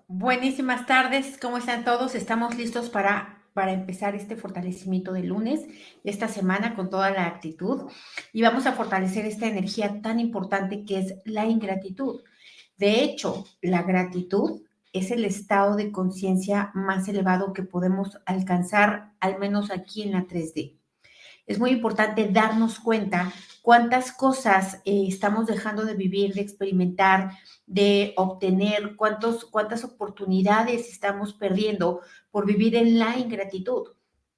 Buenísimas tardes, ¿cómo están todos? Estamos listos para empezar este fortalecimiento de lunes, esta semana con toda la actitud y vamos a fortalecer esta energía tan importante que es la ingratitud. De hecho, la gratitud es el estado de conciencia más elevado que podemos alcanzar, al menos aquí en la 3D. Es muy importante darnos cuenta cuántas cosas estamos dejando de vivir, de experimentar, de obtener, cuántas oportunidades estamos perdiendo por vivir en la ingratitud.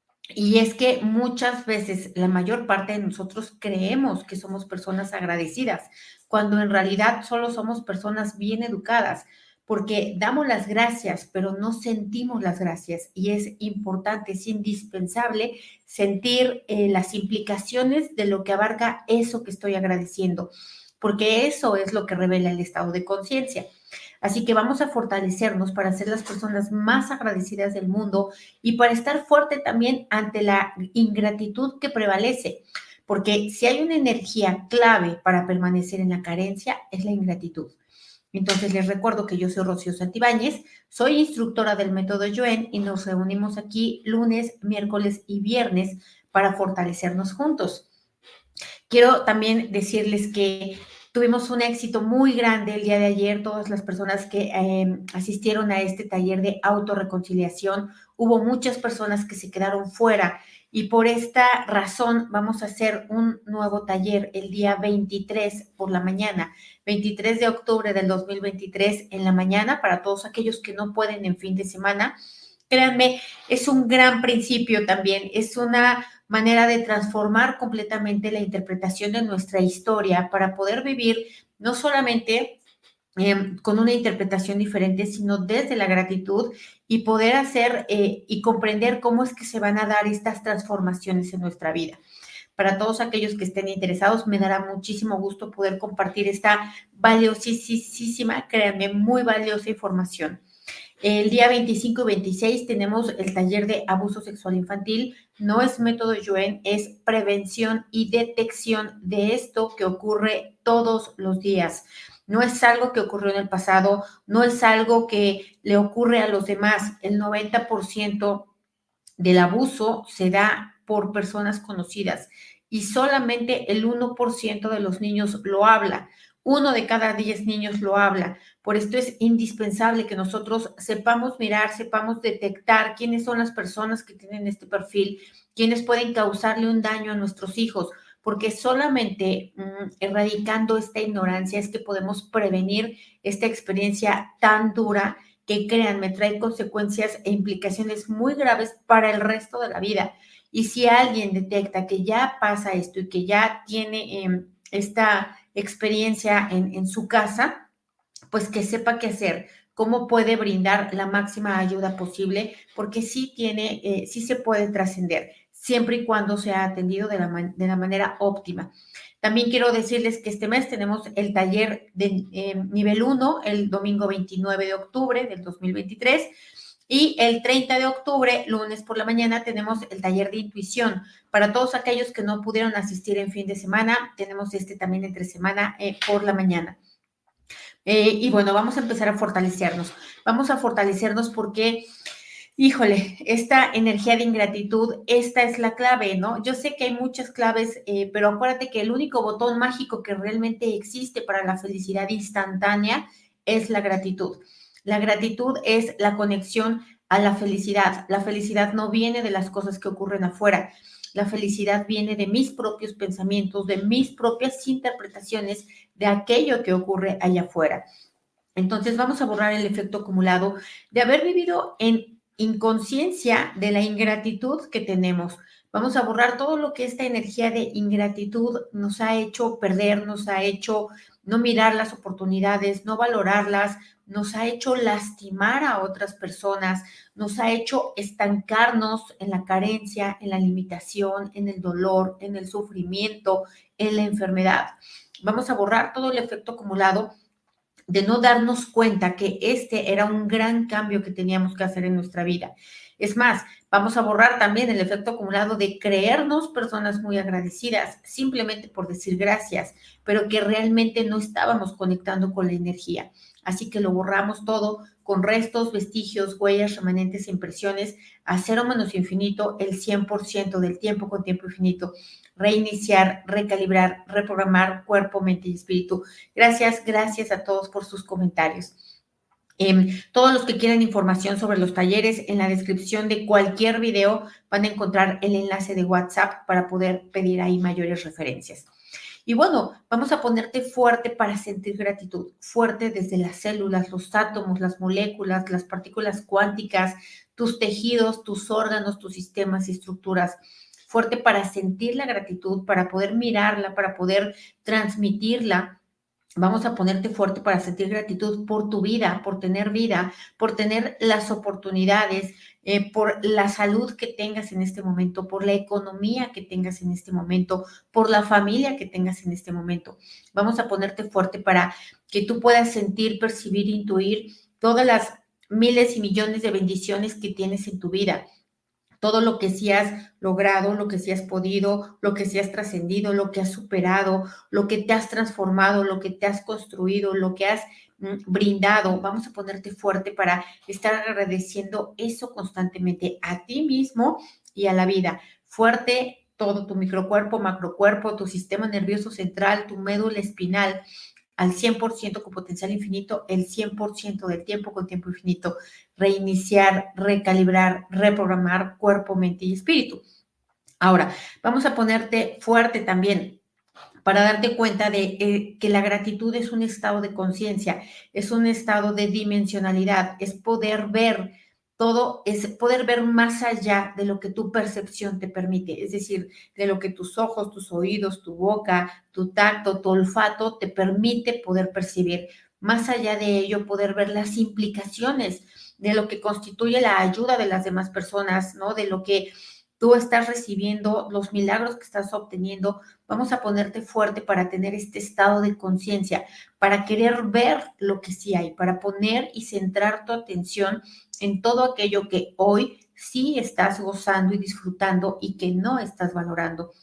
Y es que muchas veces la mayor parte de nosotros creemos que somos personas agradecidas, cuando en realidad solo somos personas bien educadas, porque damos las gracias, pero no sentimos las gracias. Y es importante, es indispensable sentir las implicaciones de lo que abarca eso que estoy agradeciendo, porque eso es lo que revela el estado de conciencia. Así que vamos a fortalecernos para ser las personas más agradecidas del mundo y para estar fuerte también ante la ingratitud que prevalece. Porque si hay una energía clave para permanecer en la carencia, es la ingratitud. Entonces les recuerdo que yo soy Rocío Santibáñez, soy instructora del método Yuen y nos reunimos aquí lunes, miércoles y viernes para fortalecernos juntos. Quiero también decirles que tuvimos un éxito muy grande el día de ayer, todas las personas que asistieron a este taller de autorreconciliación. Hubo muchas personas que se quedaron fuera y por esta razón vamos a hacer un nuevo taller el día 23 por la mañana, 23 de octubre del 2023 en la mañana para todos aquellos que no pueden en fin de semana. Créanme, es un gran principio también, es una manera de transformar completamente la interpretación de nuestra historia para poder vivir no solamente con una interpretación diferente, sino desde la gratitud y poder hacer y comprender cómo es que se van a dar estas transformaciones en nuestra vida. Para todos aquellos que estén interesados, me dará muchísimo gusto poder compartir esta valiosísima, créanme, muy valiosa información. El día 25 y 26 tenemos el taller de abuso sexual infantil. No es método Yuen, es prevención y detección de esto que ocurre todos los días. No es algo que ocurrió en el pasado, no es algo que le ocurre a los demás. El 90% del abuso se da por personas conocidas y solamente el 1% de los niños lo habla. Uno de cada 10 niños lo habla. Por esto es indispensable que nosotros sepamos mirar, sepamos detectar quiénes son las personas que tienen este perfil, quiénes pueden causarle un daño a nuestros hijos, porque solamente erradicando esta ignorancia es que podemos prevenir esta experiencia tan dura que créanme, trae consecuencias e implicaciones muy graves para el resto de la vida. Y si alguien detecta que ya pasa esto y que ya tiene esta experiencia en su casa, pues que sepa qué hacer, cómo puede brindar la máxima ayuda posible, porque sí se puede trascender, siempre y cuando sea atendido de la manera óptima. También quiero decirles que este mes tenemos el taller de nivel 1, el domingo 29 de octubre del 2023. Y el 30 de octubre, lunes por la mañana, tenemos el taller de intuición. Para todos aquellos que no pudieron asistir en fin de semana, tenemos este también entre semana por la mañana. Y bueno, vamos a empezar a fortalecernos. Vamos a fortalecernos porque, híjole, esta energía de ingratitud, esta es la clave, ¿no? Yo sé que hay muchas claves, pero acuérdate que el único botón mágico que realmente existe para la felicidad instantánea es la gratitud. La gratitud es la conexión a la felicidad. La felicidad no viene de las cosas que ocurren afuera. La felicidad viene de mis propios pensamientos, de mis propias interpretaciones de aquello que ocurre allá afuera. Entonces vamos a borrar el efecto acumulado de haber vivido en inconsciencia de la ingratitud que tenemos. Vamos a borrar todo lo que esta energía de ingratitud nos ha hecho perder, nos ha hecho no mirar las oportunidades, no valorarlas, nos ha hecho lastimar a otras personas, nos ha hecho estancarnos en la carencia, en la limitación, en el dolor, en el sufrimiento, en la enfermedad. Vamos a borrar todo el efecto acumulado de no darnos cuenta que este era un gran cambio que teníamos que hacer en nuestra vida. Es más, vamos a borrar también el efecto acumulado de creernos personas muy agradecidas simplemente por decir gracias, pero que realmente no estábamos conectando con la energía. Así que lo borramos todo con restos, vestigios, huellas, remanentes e impresiones, a cero menos infinito, el 100% del tiempo con tiempo infinito. Reiniciar, recalibrar, reprogramar cuerpo, mente y espíritu. Gracias a todos por sus comentarios. Todos los que quieran información sobre los talleres, en la descripción de cualquier video van a encontrar el enlace de WhatsApp para poder pedir ahí mayores referencias. Y bueno, vamos a ponerte fuerte para sentir gratitud, fuerte desde las células, los átomos, las moléculas, las partículas cuánticas, tus tejidos, tus órganos, tus sistemas y estructuras. Fuerte para sentir la gratitud, para poder mirarla, para poder transmitirla. Vamos a ponerte fuerte para sentir gratitud por tu vida, por tener las oportunidades, por la salud que tengas en este momento, por la economía que tengas en este momento, por la familia que tengas en este momento. Vamos a ponerte fuerte para que tú puedas sentir, percibir, intuir todas las miles y millones de bendiciones que tienes en tu vida. Todo lo que sí has logrado, lo que sí has podido, lo que sí has trascendido, lo que has superado, lo que te has transformado, lo que te has construido, lo que has brindado. Vamos a ponerte fuerte para estar agradeciendo eso constantemente a ti mismo y a la vida. Fuerte todo tu microcuerpo, macrocuerpo, tu sistema nervioso central, tu médula espinal, al 100% con potencial infinito, el 100% del tiempo con tiempo infinito. Reiniciar, recalibrar, reprogramar cuerpo, mente y espíritu. Ahora, vamos a ponerte fuerte también para darte cuenta de que la gratitud es un estado de conciencia, es un estado de dimensionalidad, es poder ver todo, es poder ver más allá de lo que tu percepción te permite, es decir, de lo que tus ojos, tus oídos, tu boca, tu tacto, tu olfato te permite poder percibir. Más allá de ello, poder ver las implicaciones de lo que constituye la ayuda de las demás personas, ¿no? De lo que tú estás recibiendo, los milagros que estás obteniendo. Vamos a ponerte fuerte para tener este estado de conciencia, para querer ver lo que sí hay, para poner y centrar tu atención en todo aquello que hoy sí estás gozando y disfrutando y que no estás valorando.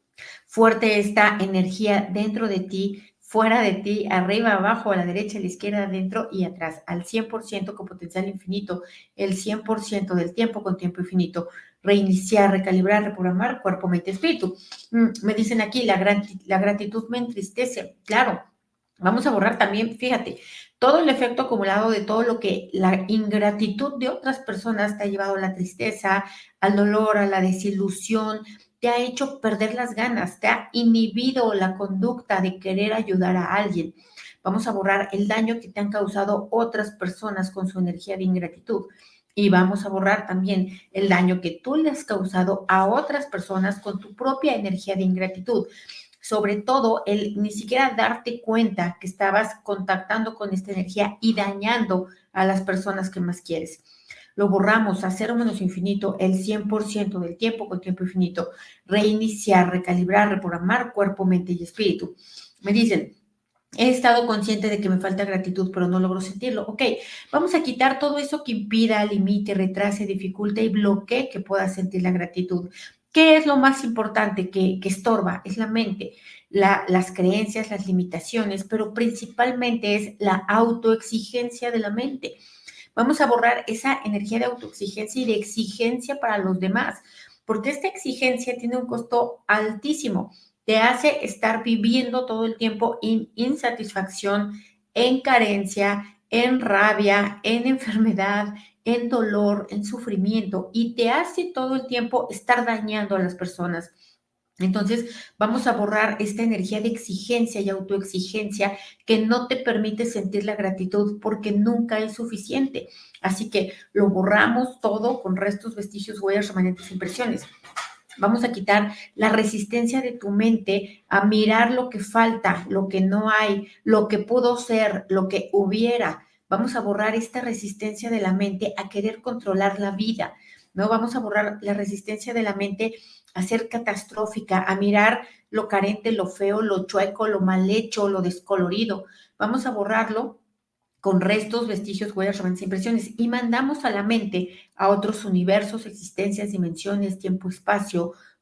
Fuerte esta energía dentro de ti, fuera de ti, arriba, abajo, a la derecha, a la izquierda, adentro y atrás, al 100% con potencial infinito, el 100% del tiempo con tiempo infinito. Reiniciar, recalibrar, reprogramar cuerpo, mente, espíritu. Me dicen aquí, la gratitud me entristece. Claro, vamos a borrar también, fíjate, todo el efecto acumulado de todo lo que la ingratitud de otras personas te ha llevado a la tristeza, al dolor, a la desilusión, te ha hecho perder las ganas, te ha inhibido la conducta de querer ayudar a alguien. Vamos a borrar el daño que te han causado otras personas con su energía de ingratitud. Y vamos a borrar también el daño que tú le has causado a otras personas con tu propia energía de ingratitud. Sobre todo, el ni siquiera darte cuenta que estabas contactando con esta energía y dañando a las personas que más quieres. Lo borramos a cero menos infinito, el 100% del tiempo con tiempo infinito. Reiniciar, recalibrar, reprogramar cuerpo, mente y espíritu. Me dicen, he estado consciente de que me falta gratitud, pero no logro sentirlo. Ok, vamos a quitar todo eso que impida, limite, retrase, dificulte y bloquee que pueda sentir la gratitud. ¿Qué es lo más importante que estorba? Es la mente, las creencias, las limitaciones, pero principalmente es la autoexigencia de la mente. Vamos a borrar esa energía de autoexigencia y de exigencia para los demás, porque esta exigencia tiene un costo altísimo. Te hace estar viviendo todo el tiempo en insatisfacción, en carencia, en rabia, en enfermedad, en dolor, en sufrimiento y te hace todo el tiempo estar dañando a las personas. Entonces, vamos a borrar esta energía de exigencia y autoexigencia que no te permite sentir la gratitud porque nunca es suficiente. Así que lo borramos todo con restos, vestigios, huellas, remanentes, impresiones. Vamos a quitar la resistencia de tu mente a mirar lo que falta, lo que no hay, lo que pudo ser, lo que hubiera. Vamos a borrar esta resistencia de la mente a querer controlar la vida, ¿no? Vamos a borrar la resistencia de la mente a ser catastrófica, a mirar lo carente, lo feo, lo chueco, lo mal hecho, lo descolorido. Vamos a borrarlo con restos, vestigios, huellas, remanentes, impresiones y mandamos a la mente a otros universos, existencias, dimensiones, tiempo, espacio,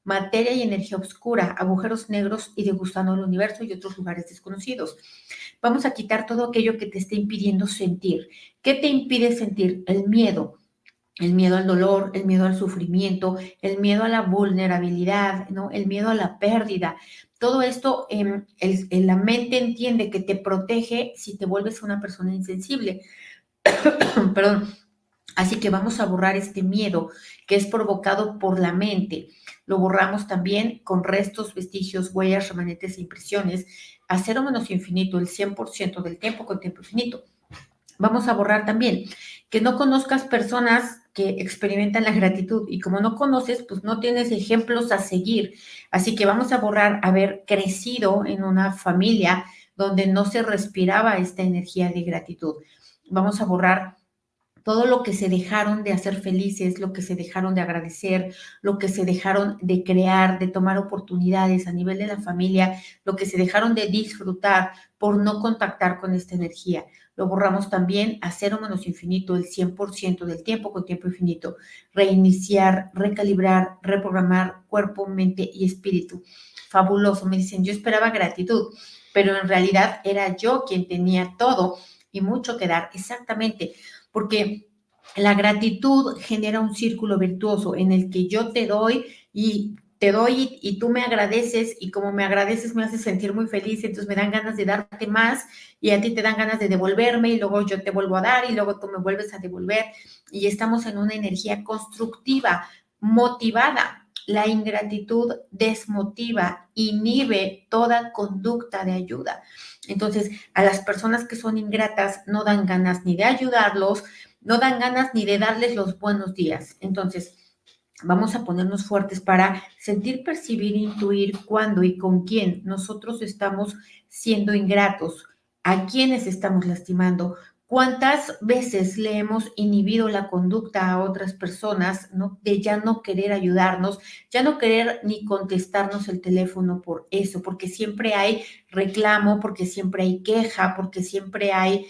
materia y energía oscura, agujeros negros y de gusano del universo y otros lugares desconocidos. Vamos a quitar todo aquello que te esté impidiendo sentir. ¿Qué te impide sentir? El miedo al dolor, el miedo al sufrimiento, el miedo a la vulnerabilidad, ¿no? El miedo a la pérdida. Todo esto, la mente entiende que te protege si te vuelves una persona insensible. Perdón. Así que vamos a borrar este miedo que es provocado por la mente. Lo borramos también con restos, vestigios, huellas, remanentes e impresiones a cero menos infinito, el 100% del tiempo con tiempo infinito. Vamos a borrar también que no conozcas personas que experimentan la gratitud y como no conoces, pues no tienes ejemplos a seguir. Así que vamos a borrar haber crecido en una familia donde no se respiraba esta energía de gratitud. Vamos a borrar todo lo que se dejaron de hacer felices, lo que se dejaron de agradecer, lo que se dejaron de crear, de tomar oportunidades a nivel de la familia, lo que se dejaron de disfrutar por no contactar con esta energía. Lo borramos también a cero menos infinito, el 100% del tiempo con tiempo infinito. Reiniciar, recalibrar, reprogramar cuerpo, mente y espíritu. Fabuloso, me dicen, yo esperaba gratitud, pero en realidad era yo quien tenía todo y mucho que dar. Exactamente, porque la gratitud genera un círculo virtuoso en el que yo te doy y tú me agradeces y como me agradeces me haces sentir muy feliz, entonces me dan ganas de darte más y a ti te dan ganas de devolverme y luego yo te vuelvo a dar y luego tú me vuelves a devolver y estamos en una energía constructiva, motivada. La ingratitud desmotiva, inhibe toda conducta de ayuda. Entonces, a las personas que son ingratas no dan ganas ni de ayudarlos, no dan ganas ni de darles los buenos días. Entonces, vamos a ponernos fuertes para sentir, percibir, intuir cuándo y con quién nosotros estamos siendo ingratos, a quiénes estamos lastimando, cuántas veces le hemos inhibido la conducta a otras personas, ¿no? De ya no querer ayudarnos, ya no querer ni contestarnos el teléfono por eso, porque siempre hay reclamo, porque siempre hay queja, porque siempre hay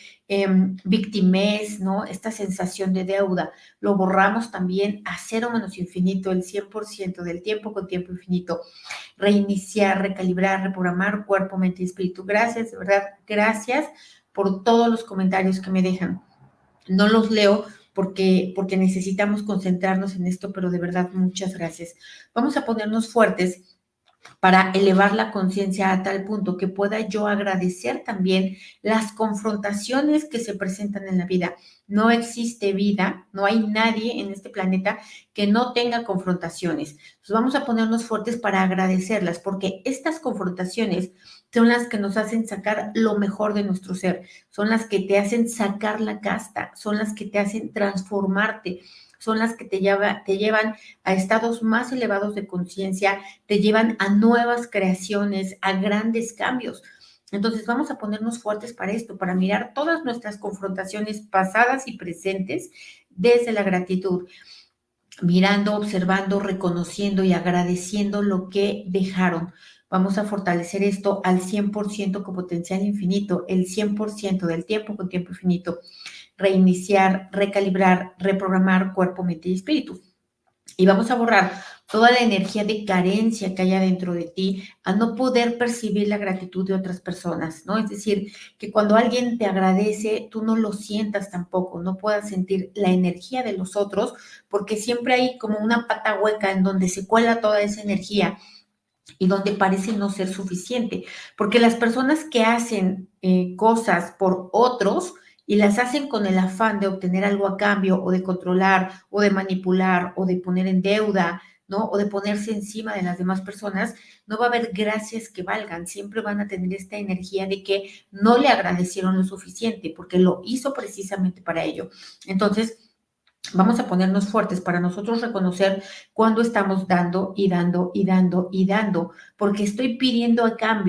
victimez, ¿no? Esta sensación de deuda. Lo borramos también a cero menos infinito, el 100% del tiempo con tiempo infinito. Reiniciar, recalibrar, reprogramar cuerpo, mente y espíritu. Gracias, de verdad, gracias por todos los comentarios que me dejan. No los leo porque necesitamos concentrarnos en esto, pero de verdad, muchas gracias. Vamos a ponernos fuertes para elevar la conciencia a tal punto que pueda yo agradecer también las confrontaciones que se presentan en la vida. No existe vida, no hay nadie en este planeta que no tenga confrontaciones. Entonces vamos a ponernos fuertes para agradecerlas, porque estas confrontaciones son las que nos hacen sacar lo mejor de nuestro ser, son las que te hacen sacar la casta, son las que te hacen transformarte, son las que te llevan a estados más elevados de conciencia, te llevan a nuevas creaciones, a grandes cambios. Entonces vamos a ponernos fuertes para esto, para mirar todas nuestras confrontaciones pasadas y presentes desde la gratitud, mirando, observando, reconociendo y agradeciendo lo que dejaron. Vamos a fortalecer esto al 100% con potencial infinito, el 100% del tiempo con tiempo infinito. Reiniciar, recalibrar, reprogramar cuerpo, mente y espíritu. Y vamos a borrar toda la energía de carencia que haya dentro de ti, a no poder percibir la gratitud de otras personas, ¿no? Es decir, que cuando alguien te agradece, tú no lo sientas tampoco, no puedas sentir la energía de los otros, porque siempre hay como una pata hueca en donde se cuela toda esa energía y donde parece no ser suficiente, porque las personas que hacen cosas por otros y las hacen con el afán de obtener algo a cambio o de controlar o de manipular o de poner en deuda, ¿no? O de ponerse encima de las demás personas, no va a haber gracias que valgan, siempre van a tener esta energía de que no le agradecieron lo suficiente porque lo hizo precisamente para ello. Entonces, vamos a ponernos fuertes para nosotros reconocer cuándo estamos dando y dando y dando y dando, porque estoy pidiendo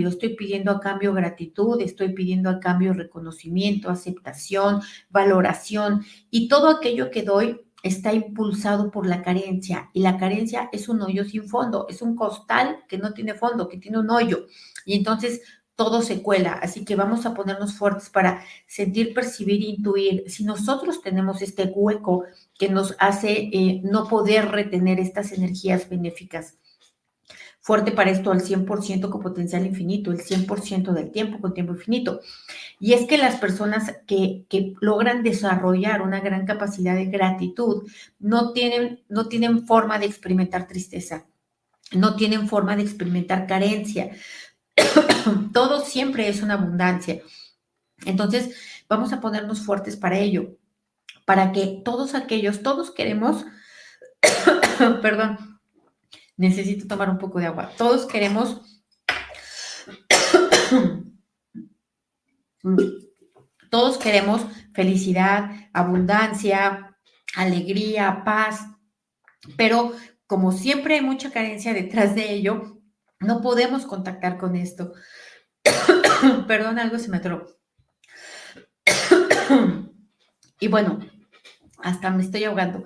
a cambio gratitud, estoy pidiendo a cambio reconocimiento, aceptación, valoración y todo aquello que doy está impulsado por la carencia y la carencia es un hoyo sin fondo, es un costal que no tiene fondo, que tiene un hoyo y entonces todo se cuela, así que vamos a ponernos fuertes para sentir, percibir, intuir. Si nosotros tenemos este hueco que nos hace no poder retener estas energías benéficas, fuerte para esto al 100% con potencial infinito, el 100% del tiempo con tiempo infinito. Y es que las personas que logran desarrollar una gran capacidad de gratitud no tienen forma de experimentar tristeza, no tienen forma de experimentar carencia. Todo siempre es una abundancia. Entonces, vamos a ponernos fuertes para ello, para que todos queremos, perdón, necesito tomar un poco de agua, todos queremos, todos queremos felicidad, abundancia, alegría, paz, pero como siempre hay mucha carencia detrás de ello, no podemos contactar con esto. Perdón, algo se me atoró. Y bueno, hasta me estoy ahogando.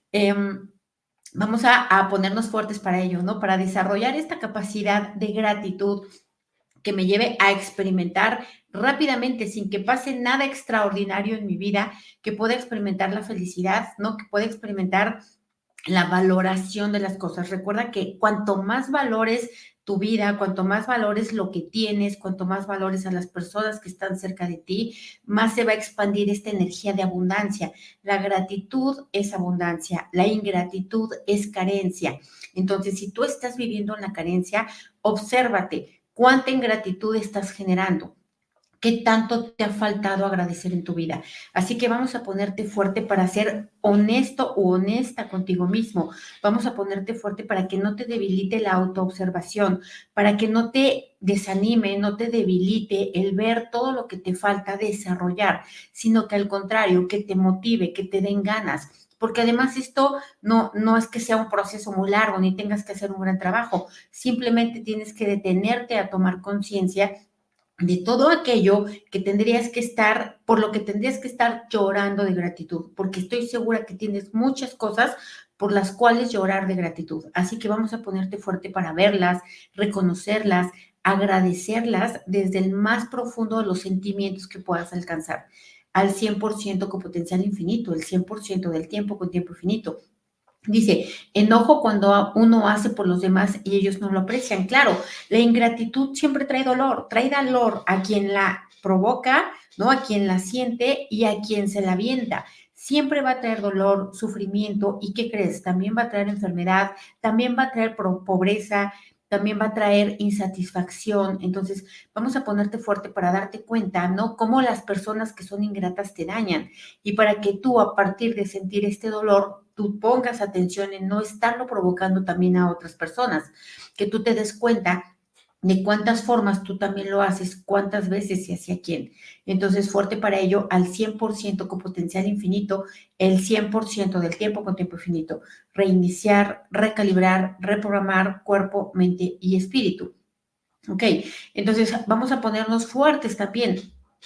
Vamos a ponernos fuertes para ello, ¿no? Para desarrollar esta capacidad de gratitud que me lleve a experimentar rápidamente, sin que pase nada extraordinario en mi vida, que pueda experimentar la felicidad, ¿no? Que pueda experimentar la valoración de las cosas. Recuerda que cuanto más valores tu vida, cuanto más valores lo que tienes, cuanto más valores a las personas que están cerca de ti, más se va a expandir esta energía de abundancia. La gratitud es abundancia, la ingratitud es carencia. Entonces, si tú estás viviendo en la carencia, obsérvate cuánta ingratitud estás generando. ¿Qué tanto te ha faltado agradecer en tu vida? Así que vamos a ponerte fuerte para ser honesto o honesta contigo mismo. Vamos a ponerte fuerte para que no te debilite la autoobservación, para que no te desanime, no te debilite el ver todo lo que te falta desarrollar, sino que al contrario, que te motive, que te den ganas. Porque además esto no es que sea un proceso muy largo ni tengas que hacer un gran trabajo. Simplemente tienes que detenerte a tomar conciencia de todo aquello que tendrías que estar, por lo que tendrías que estar llorando de gratitud, porque estoy segura que tienes muchas cosas por las cuales llorar de gratitud. Así que vamos a ponerte fuerte para verlas, reconocerlas, agradecerlas desde el más profundo de los sentimientos que puedas alcanzar, al 100% con potencial infinito, el 100% del tiempo con tiempo infinito. Dice, enojo cuando uno hace por los demás y ellos no lo aprecian. Claro, la ingratitud siempre trae dolor a quien la provoca, ¿no? A quien la siente y a quien se la avienta. Siempre va a traer dolor, sufrimiento y ¿qué crees? También va a traer enfermedad, también va a traer pobreza, también va a traer insatisfacción. Entonces, vamos a ponerte fuerte para darte cuenta, ¿no? Cómo las personas que son ingratas te dañan y para que tú a partir de sentir este dolor, tú pongas atención en no estarlo provocando también a otras personas, que tú te des cuenta de cuántas formas tú también lo haces, cuántas veces y hacia quién. Entonces, fuerte para ello, al 100% con potencial infinito, el 100% del tiempo con tiempo infinito. Reiniciar, recalibrar, reprogramar cuerpo, mente y espíritu. Ok, entonces vamos a ponernos fuertes también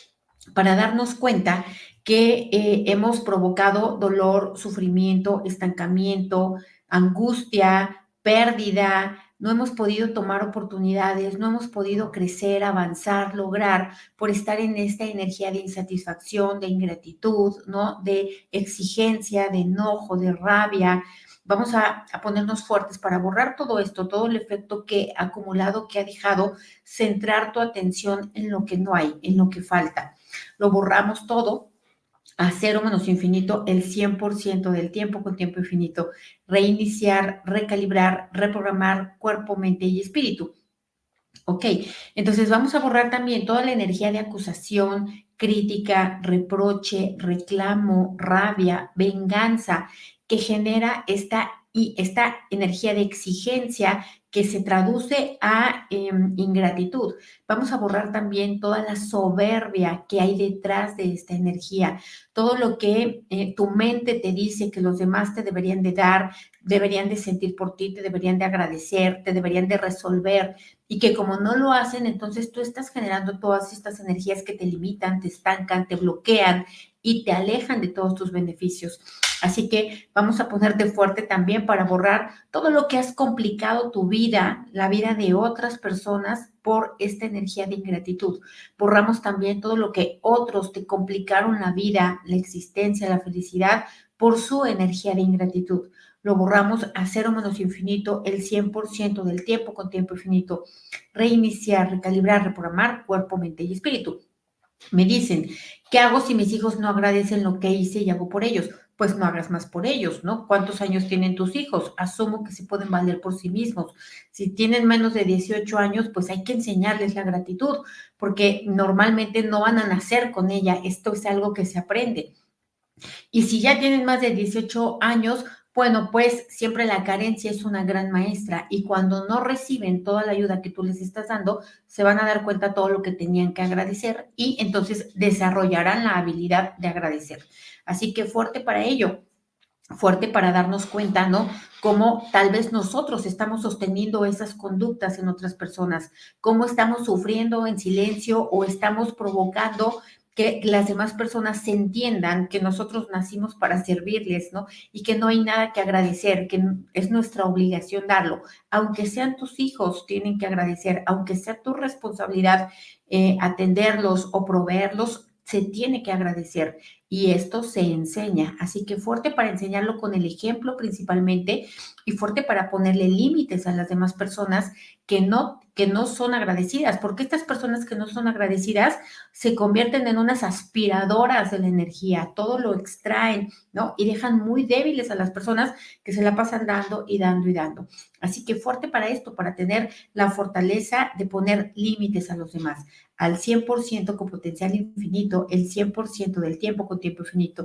para darnos cuenta que hemos provocado dolor, sufrimiento, estancamiento, angustia, pérdida, no hemos podido tomar oportunidades, no hemos podido crecer, avanzar, lograr por estar en esta energía de insatisfacción, de ingratitud, ¿no? De exigencia, de enojo, de rabia. Vamos a ponernos fuertes para borrar todo esto, todo el efecto que ha acumulado, que ha dejado, centrar tu atención en lo que no hay, en lo que falta. Lo borramos todo a cero menos infinito el 100% del tiempo con tiempo infinito. Reiniciar, recalibrar, reprogramar cuerpo, mente y espíritu. Ok, entonces vamos a borrar también toda la energía de acusación, crítica, reproche, reclamo, rabia, venganza que genera esta energía de exigencia que se traduce a ingratitud. Vamos a borrar también toda la soberbia que hay detrás de esta energía, todo lo que tu mente te dice que los demás te deberían de dar, deberían de sentir por ti, te deberían de agradecer, te deberían de resolver y que como no lo hacen, entonces tú estás generando todas estas energías que te limitan, te estancan, te bloquean y te alejan de todos tus beneficios. Así que vamos a ponerte fuerte también para borrar todo lo que has complicado tu vida, la vida de otras personas por esta energía de ingratitud. Borramos también todo lo que otros te complicaron la vida, la existencia, la felicidad por su energía de ingratitud. lo borramos a cero menos infinito el 100% del tiempo con tiempo infinito. Reiniciar, recalibrar, reprogramar cuerpo, mente y espíritu. Me dicen, ¿qué hago si mis hijos no agradecen lo que hice y hago por ellos? Pues no hagas más por ellos, ¿no? ¿Cuántos años tienen tus hijos? Asumo que se pueden valer por sí mismos. Si tienen menos de 18 años, pues hay que enseñarles la gratitud, porque normalmente no van a nacer con ella. Esto es algo que se aprende. Y si ya tienen más de 18 años, bueno, pues siempre la carencia es una gran maestra y cuando no reciben toda la ayuda que tú les estás dando, se van a dar cuenta todo lo que tenían que agradecer y entonces desarrollarán la habilidad de agradecer. Así que fuerte para ello, fuerte para darnos cuenta, ¿no? Cómo tal vez nosotros estamos sosteniendo esas conductas en otras personas, cómo estamos sufriendo en silencio o estamos provocando que las demás personas se entiendan que nosotros nacimos para servirles, ¿no? Y que no hay nada que agradecer, que es nuestra obligación darlo. Aunque sean tus hijos, tienen que agradecer, aunque sea tu responsabilidad atenderlos o proveerlos, se tiene que agradecer y esto se enseña. Así que fuerte para enseñarlo con el ejemplo principalmente y fuerte para ponerle límites a las demás personas que no son agradecidas, porque estas personas que no son agradecidas se convierten en unas aspiradoras de la energía, todo lo extraen, ¿no? Y dejan muy débiles a las personas que se la pasan dando y dando y dando. Así que fuerte para esto, para tener la fortaleza de poner límites a los demás al 100% con potencial infinito, el 100% del tiempo con tiempo infinito.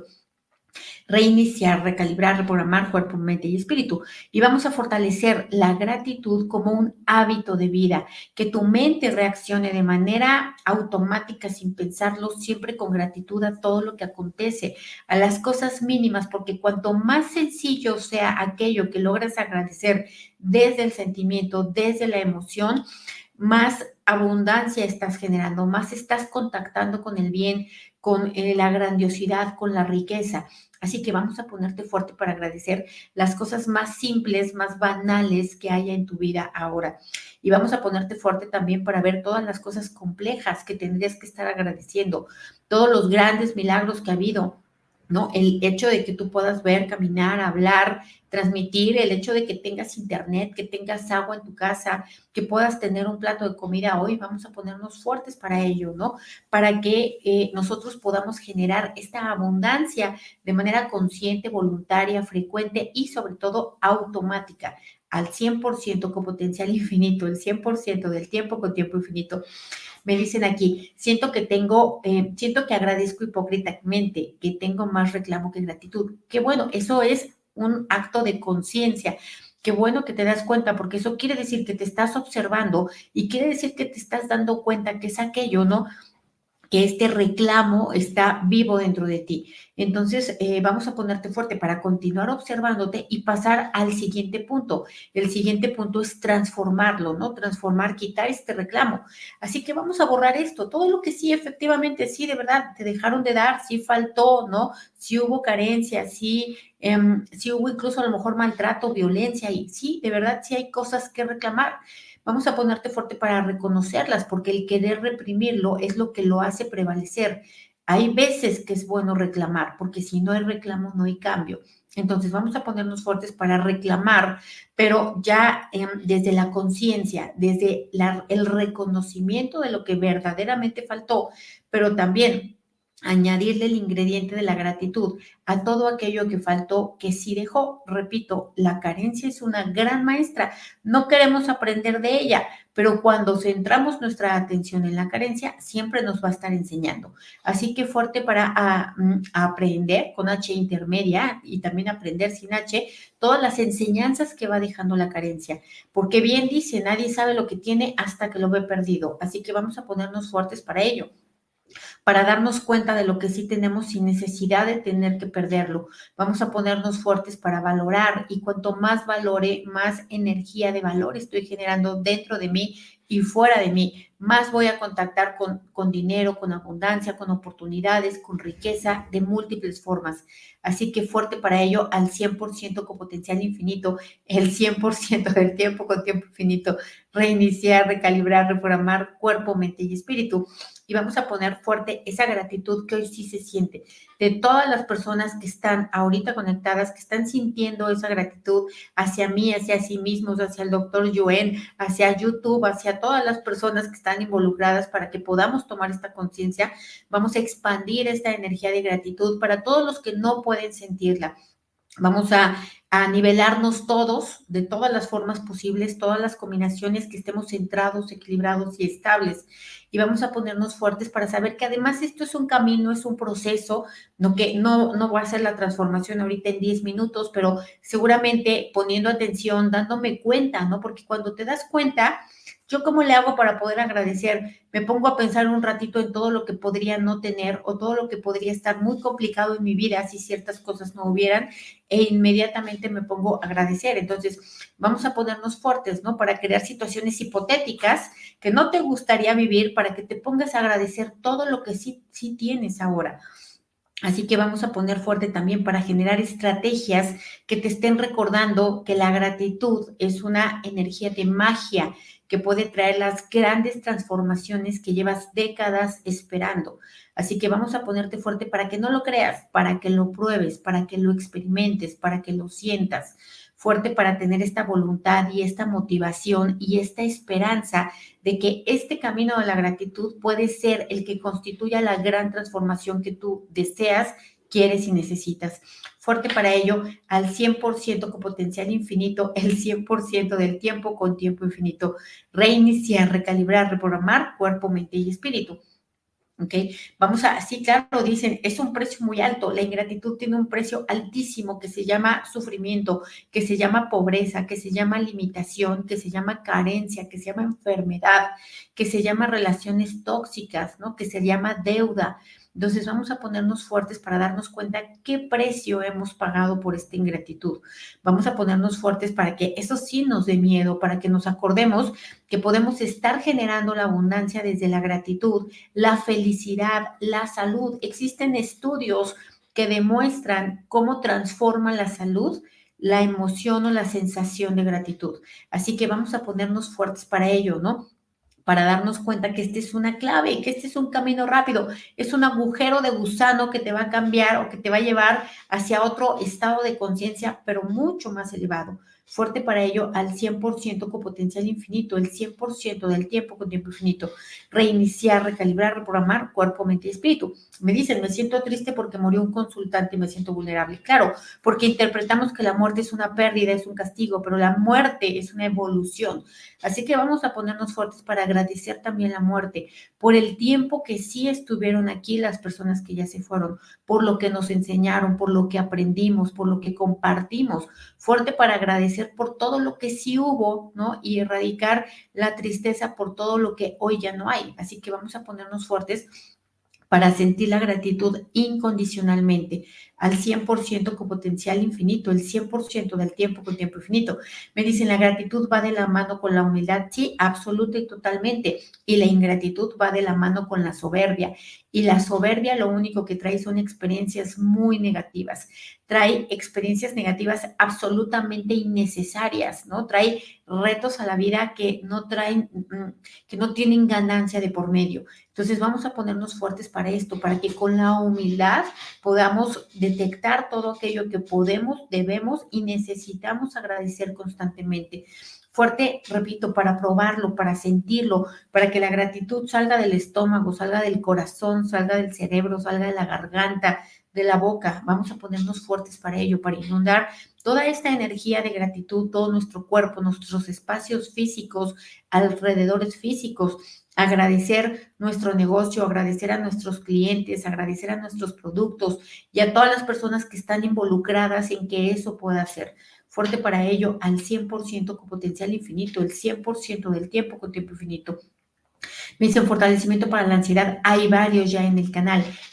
Reiniciar, recalibrar, reprogramar cuerpo, mente y espíritu. Y vamos a fortalecer la gratitud como un hábito de vida, que tu mente reaccione de manera automática sin pensarlo, siempre con gratitud a todo lo que acontece, a las cosas mínimas, porque cuanto más sencillo sea aquello que logras agradecer desde el sentimiento, desde la emoción, más abundancia estás generando, más estás contactando con el bien, con la grandiosidad, con la riqueza. Así que vamos a ponerte fuerte para agradecer las cosas más simples, más banales que haya en tu vida ahora. Y vamos a ponerte fuerte también para ver todas las cosas complejas que tendrías que estar agradeciendo, todos los grandes milagros que ha habido, ¿no? El hecho de que tú puedas ver, caminar, hablar, transmitir, el hecho de que tengas internet, que tengas agua en tu casa, que puedas tener un plato de comida hoy, vamos a ponernos fuertes para ello, ¿no? Para que nosotros podamos generar esta abundancia de manera consciente, voluntaria, frecuente y sobre todo automática al 100% con potencial infinito, el 100% del tiempo con tiempo infinito. Me dicen aquí, siento que agradezco hipócritamente, que tengo más reclamo que gratitud. Qué bueno, eso es un acto de conciencia. Qué bueno que te das cuenta, porque eso quiere decir que te estás observando y quiere decir que te estás dando cuenta que es aquello, ¿no? Que este reclamo está vivo dentro de ti. Entonces, vamos a ponerte fuerte para continuar observándote y pasar al siguiente punto. El siguiente punto es transformarlo, ¿no? Transformar, quitar este reclamo. Así que vamos a borrar esto, todo lo que sí, efectivamente, sí, de verdad, te dejaron de dar, sí faltó, ¿no? Sí hubo carencia, sí hubo incluso a lo mejor maltrato, violencia, y sí, de verdad, sí hay cosas que reclamar. Vamos a ponerte fuerte para reconocerlas, porque el querer reprimirlo es lo que lo hace prevalecer. Hay veces que es bueno reclamar, porque si no hay reclamo, no hay cambio. Entonces vamos a ponernos fuertes para reclamar, pero ya desde la conciencia, desde el reconocimiento de lo que verdaderamente faltó, pero también añadirle el ingrediente de la gratitud a todo aquello que faltó, que sí dejó. Repito, la carencia es una gran maestra, no queremos aprender de ella, pero cuando centramos nuestra atención en la carencia, siempre nos va a estar enseñando. Así que fuerte para aprender con H intermedia y también aprender sin H, todas las enseñanzas que va dejando la carencia, porque bien dice, nadie sabe lo que tiene hasta que lo ve perdido, así que vamos a ponernos fuertes para ello, para darnos cuenta de lo que sí tenemos sin necesidad de tener que perderlo. Vamos a ponernos fuertes para valorar y cuanto más valore, más energía de valor estoy generando dentro de mí y fuera de mí. Más voy a contactar con dinero, con abundancia, con oportunidades, con riqueza de múltiples formas. Así que fuerte para ello al 100% con potencial infinito, el 100% del tiempo con tiempo infinito, reiniciar, recalibrar, reprogramar cuerpo, mente y espíritu. Y vamos a poner fuerte esa gratitud que hoy sí se siente de todas las personas que están ahorita conectadas, que están sintiendo esa gratitud hacia mí, hacia sí mismos, hacia el doctor Yuen, hacia YouTube, hacia todas las personas que están involucradas para que podamos tomar esta conciencia. Vamos a expandir esta energía de gratitud para todos los que no pueden sentirla. Vamos a nivelarnos todos de todas las formas posibles, todas las combinaciones que estemos centrados, equilibrados y estables. Y vamos a ponernos fuertes para saber que además esto es un camino, es un proceso, no va a ser la transformación ahorita en 10 minutos, pero seguramente poniendo atención, dándome cuenta, ¿no? Porque cuando te das cuenta, ¿yo cómo le hago para poder agradecer? Me pongo a pensar un ratito en todo lo que podría no tener o todo lo que podría estar muy complicado en mi vida si ciertas cosas no hubieran e inmediatamente me pongo a agradecer. Entonces, vamos a ponernos fuertes, ¿no? Para crear situaciones hipotéticas que no te gustaría vivir para que te pongas a agradecer todo lo que sí tienes ahora. Así que vamos a poner fuerte también para generar estrategias que te estén recordando que la gratitud es una energía de magia que puede traer las grandes transformaciones que llevas décadas esperando. Así que vamos a ponerte fuerte para que no lo creas, para que lo pruebes, para que lo experimentes, para que lo sientas. Fuerte para tener esta voluntad y esta motivación y esta esperanza de que este camino de la gratitud puede ser el que constituya la gran transformación que tú deseas, quieres y necesitas. Fuerte para ello al 100% con potencial infinito, el 100% del tiempo con tiempo infinito. Reiniciar, recalibrar, reprogramar cuerpo, mente y espíritu. ¿Ok? Sí, claro, dicen, es un precio muy alto, la ingratitud tiene un precio altísimo que se llama sufrimiento, que se llama pobreza, que se llama limitación, que se llama carencia, que se llama enfermedad, que se llama relaciones tóxicas, ¿no? Que se llama deuda. Entonces vamos a ponernos fuertes para darnos cuenta qué precio hemos pagado por esta ingratitud. Vamos a ponernos fuertes para que eso sí nos dé miedo, para que nos acordemos que podemos estar generando la abundancia desde la gratitud, la felicidad, la salud. Existen estudios que demuestran cómo transforma la salud la emoción o la sensación de gratitud. Así que vamos a ponernos fuertes para ello, ¿no? Para darnos cuenta que esta es una clave, que este es un camino rápido, es un agujero de gusano que te va a cambiar o que te va a llevar hacia otro estado de conciencia, pero mucho más elevado. Fuerte para ello al 100% con potencial infinito, el 100% del tiempo con tiempo infinito. Reiniciar, recalibrar, reprogramar cuerpo, mente y espíritu. Me dicen, me siento triste porque murió un consultante y me siento vulnerable. Claro, porque interpretamos que la muerte es una pérdida, es un castigo, pero la muerte es una evolución. Así que vamos a ponernos fuertes para agradecer también la muerte, por el tiempo que sí estuvieron aquí las personas que ya se fueron, por lo que nos enseñaron, por lo que aprendimos, por lo que compartimos. Fuerte para agradecer por todo lo que sí hubo, ¿no? Y erradicar la tristeza por todo lo que hoy ya no hay. Así que vamos a ponernos fuertes para sentir la gratitud incondicionalmente, al 100% con potencial infinito, el 100% del tiempo con tiempo infinito. Me dicen, la gratitud va de la mano con la humildad, sí, absoluta y totalmente, y la ingratitud va de la mano con la soberbia, y la soberbia lo único que trae son experiencias muy negativas, trae experiencias negativas absolutamente innecesarias, ¿no? Trae retos a la vida que no traen, que no tienen ganancia de por medio. Entonces vamos a ponernos fuertes para esto, para que con la humildad podamos detectar todo aquello que podemos, debemos y necesitamos agradecer constantemente. Fuerte, repito, para probarlo, para sentirlo, para que la gratitud salga del estómago, salga del corazón, salga del cerebro, salga de la garganta, de la boca. Vamos a ponernos fuertes para ello, para inundar toda esta energía de gratitud, todo nuestro cuerpo, nuestros espacios físicos, alrededores físicos, agradecer nuestro negocio, agradecer a nuestros clientes, agradecer a nuestros productos y a todas las personas que están involucradas en que eso pueda ser. Fuerte para ello al 100% con potencial infinito, el 100% del tiempo con tiempo infinito. Me dicen fortalecimiento para la ansiedad, hay varios ya en el canal.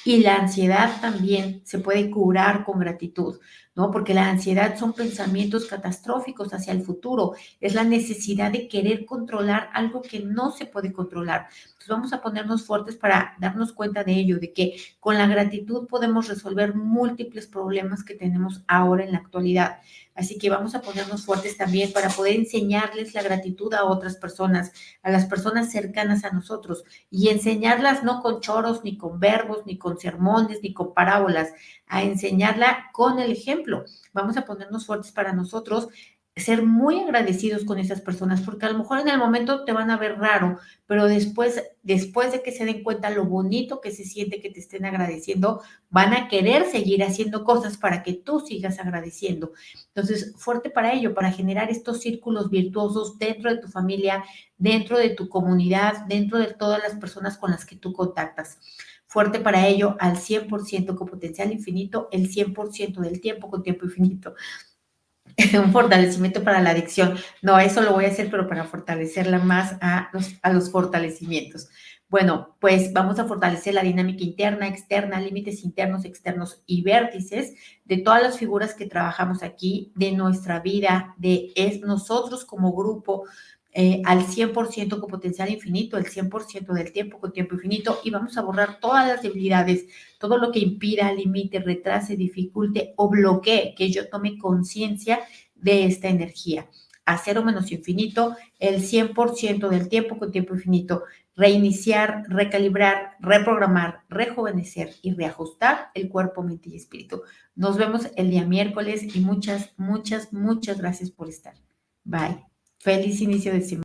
Y la ansiedad también se puede curar con gratitud, ¿no? Porque la ansiedad son pensamientos catastróficos hacia el futuro, es la necesidad de querer controlar algo que no se puede controlar. Entonces vamos a ponernos fuertes para darnos cuenta de ello, de que con la gratitud podemos resolver múltiples problemas que tenemos ahora en la actualidad. Así que vamos a ponernos fuertes también para poder enseñarles la gratitud a otras personas, a las personas cercanas a nosotros y enseñarlas no con choros, ni con verbos, ni con sermones, ni con parábolas, a enseñarla con el ejemplo. Vamos a ponernos fuertes para nosotros, ser muy agradecidos con esas personas, porque a lo mejor en el momento te van a ver raro, pero después de que se den cuenta lo bonito que se siente que te estén agradeciendo, van a querer seguir haciendo cosas para que tú sigas agradeciendo. Entonces, fuerte para ello, para generar estos círculos virtuosos dentro de tu familia, dentro de tu comunidad, dentro de todas las personas con las que tú contactas. Fuerte para ello al 100% con potencial infinito, el 100% del tiempo con tiempo infinito. Un fortalecimiento para la adicción. No, eso lo voy a hacer, pero para fortalecerla más a los fortalecimientos. Bueno, pues vamos a fortalecer la dinámica interna, externa, límites internos, externos y vértices de todas las figuras que trabajamos aquí, de nuestra vida, de nosotros como grupo, al 100% con potencial infinito, el 100% del tiempo con tiempo infinito, y vamos a borrar todas las debilidades, todo lo que impida, limite, retrase, dificulte o bloquee que yo tome conciencia de esta energía. A cero menos infinito, el 100% del tiempo con tiempo infinito. Reiniciar, recalibrar, reprogramar, rejuvenecer y reajustar el cuerpo, mente y espíritu. Nos vemos el día miércoles y muchas, muchas, muchas gracias por estar. Bye. Feliz inicio de semana.